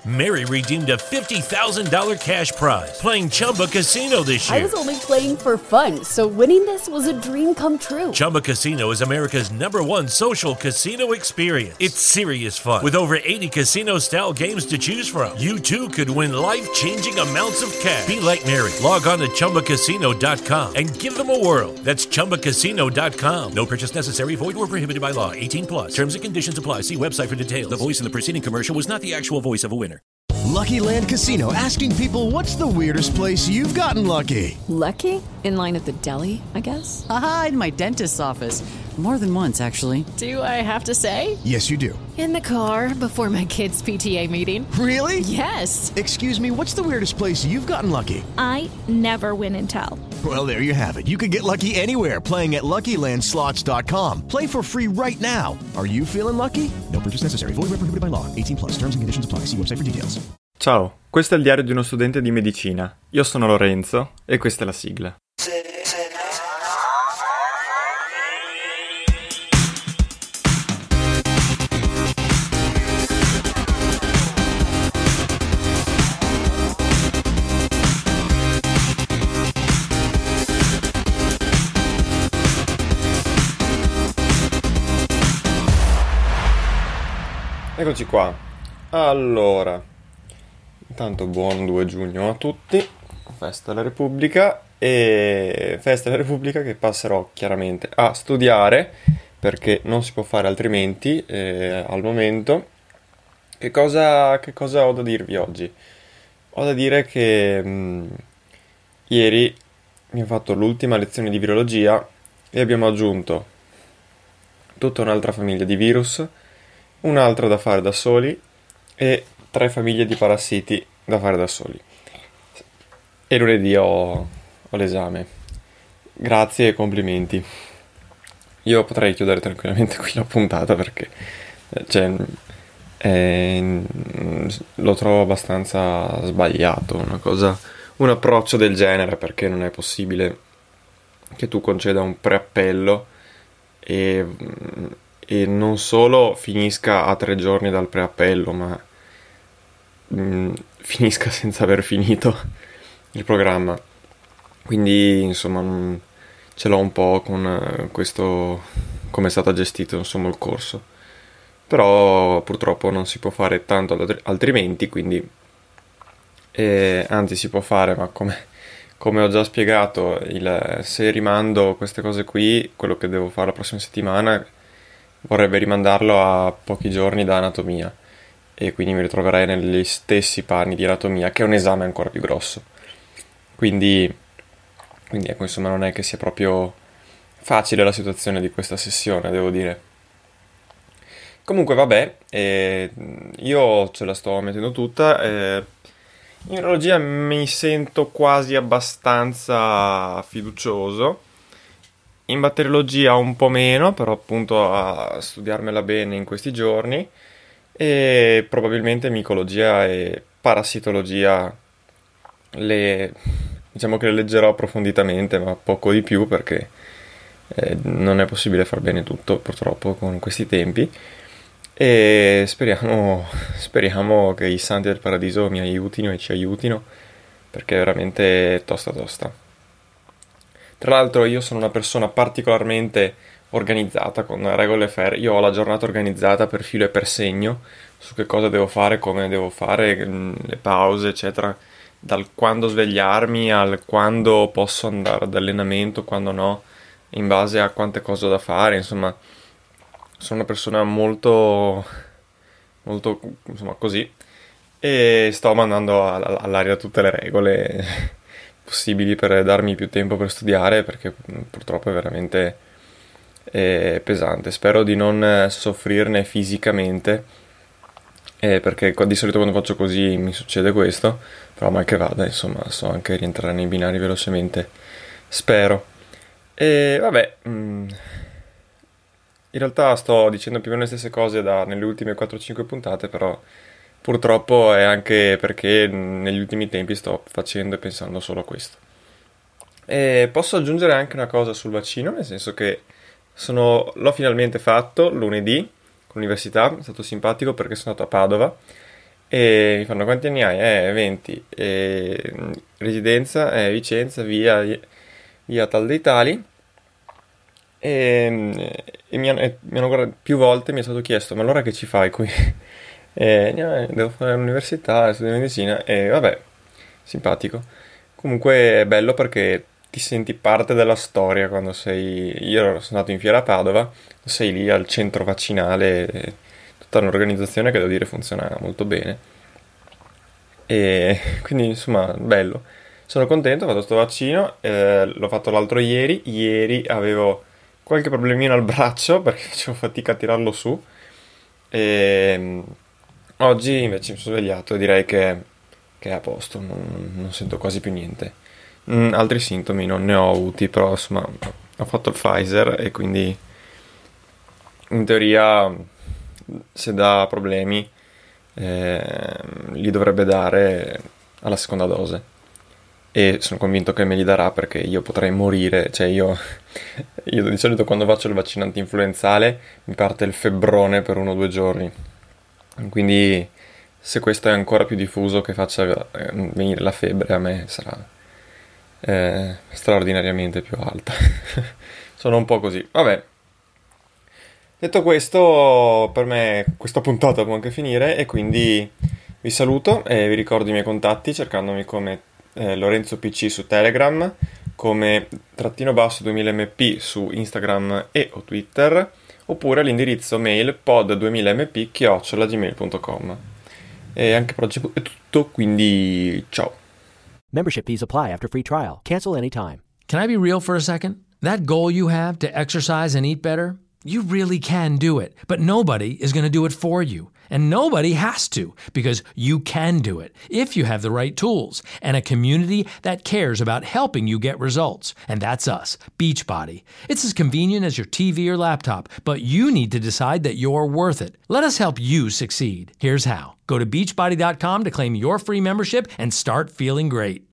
Mary redeemed a $50,000 cash prize playing Chumba Casino this year. I was only playing for fun, so winning this was a dream come true. Chumba Casino is America's #1 social casino experience. It's serious fun. With over 80 casino-style games to choose from, you too could win life-changing amounts of cash. Be like Mary. Log on to ChumbaCasino.com and give them a whirl. That's ChumbaCasino.com. No purchase necessary. Void where prohibited by law. 18 plus. Terms and conditions apply. See website for details. The voice in the preceding commercial was not the actual voice of a winner. Lucky Land Casino, asking people, what's the weirdest place you've gotten lucky? Lucky? In line at the deli, I guess? Aha, in my dentist's office. More than once, actually. Do I have to say? Yes, you do. In the car before my kids' PTA meeting. Really? Yes. Excuse me, what's the weirdest place you've gotten lucky? I never win and tell. Well, there you have it. You can get lucky anywhere, playing at LuckyLandSlots.com. Play for free right now. Are you feeling lucky? No purchase necessary. Void where prohibited by law. 18 plus. Terms and conditions apply. See website for details. Ciao, questo è il diario di uno studente di medicina. Io sono Lorenzo e questa è la sigla. Eccoci qua. Allora, intanto buon 2 giugno a tutti, festa della Repubblica, e festa della Repubblica che passerò chiaramente a studiare perché non si può fare altrimenti al momento. Che cosa ho da dirvi oggi? Ho da dire che ieri mi ho fatto l'ultima lezione di virologia e abbiamo aggiunto tutta un'altra famiglia di virus, un'altra da fare da soli e 3 famiglie di parassiti da fare da soli. E lunedì ho l'esame. Grazie e complimenti. Io potrei chiudere tranquillamente qui la puntata perché lo trovo abbastanza sbagliato un approccio del genere, perché non è possibile che tu conceda un preappello e non solo finisca a 3 giorni dal preappello, ma finisca senza aver finito il programma. Quindi insomma ce l'ho un po' con questo, come è stato gestito insomma il corso, però purtroppo non si può fare tanto altrimenti, quindi anzi si può fare, ma come ho già spiegato, se rimando queste cose qui, quello che devo fare la prossima settimana vorrebbe rimandarlo a pochi giorni da anatomia, e quindi mi ritroverei negli stessi panni di anatomia, che è un esame ancora più grosso. Quindi ecco, insomma, non è che sia proprio facile la situazione di questa sessione, devo dire. Comunque vabbè, io ce la sto mettendo tutta. In virologia mi sento quasi abbastanza fiducioso. In batteriologia un po' meno, però appunto a studiarmela bene in questi giorni, e probabilmente micologia e parassitologia diciamo che le leggerò approfonditamente, ma poco di più, perché non è possibile far bene tutto purtroppo con questi tempi, e speriamo che i santi del paradiso mi aiutino e ci aiutino, perché è veramente tosta. Tra l'altro io sono una persona particolarmente organizzata, con regole ferree. Io ho la giornata organizzata per filo e per segno su che cosa devo fare, come devo fare, le pause, eccetera, dal quando svegliarmi al quando posso andare ad allenamento, quando no, in base a quante cose ho da fare. Insomma, sono una persona molto insomma così, e sto mandando all'aria tutte le regole possibili per darmi più tempo per studiare, perché purtroppo è veramente pesante. Spero di non soffrirne fisicamente, perché di solito quando faccio così mi succede questo, però mal che vada, insomma, so anche rientrare nei binari velocemente, spero. E vabbè, in realtà sto dicendo più o meno le stesse cose nelle ultime 4-5 puntate, però purtroppo è anche perché negli ultimi tempi sto facendo e pensando solo a questo. E posso aggiungere anche una cosa sul vaccino, nel senso che l'ho finalmente fatto lunedì con l'università. È stato simpatico perché sono andato a Padova E mi fanno: quanti anni hai? 20. E, residenza? Vicenza, via tal dei tali. Mi hanno più volte mi è stato chiesto: ma allora che ci fai qui? No, devo fare l'università, studio medicina. E vabbè, simpatico. Comunque è bello perché ti senti parte della storia quando sei... Io sono andato in Fiera a Padova, sei lì al centro vaccinale, tutta un'organizzazione che devo dire funziona molto bene. E quindi insomma, bello. Sono contento, ho fatto sto vaccino, l'ho fatto l'altro ieri. Ieri avevo qualche problemino al braccio perché facevo fatica a tirarlo su. E oggi invece mi sono svegliato e direi che è a posto, non sento quasi più niente. Altri sintomi non ne ho avuti, però insomma ho fatto il Pfizer e quindi in teoria se dà problemi li dovrebbe dare alla seconda dose. E sono convinto che me li darà perché io potrei morire, cioè io di solito quando faccio il vaccino anti-influenzale mi parte il febbrone per 1 o 2 giorni, quindi se questo è ancora più diffuso che faccia venire la febbre, a me sarà straordinariamente più alta. Sono un po' così, vabbè. Detto questo, per me questa puntata può anche finire e quindi vi saluto e vi ricordo i miei contatti cercandomi come Lorenzo PC su Telegram, come _2000mp su Instagram e o Twitter, oppure all'indirizzo mail pod2000mp@gmail.com. E anche per oggi è tutto, quindi ciao. Membership fees apply after free trial. Cancel anytime. Can I be real for a second? That goal you have to exercise and eat better, you really can do it, but nobody is going to do it for you. And nobody has to, because you can do it if you have the right tools and a community that cares about helping you get results. And that's us, Beachbody. It's as convenient as your TV or laptop, but you need to decide that you're worth it. Let us help you succeed. Here's how. Go to beachbody.com to claim your free membership and start feeling great.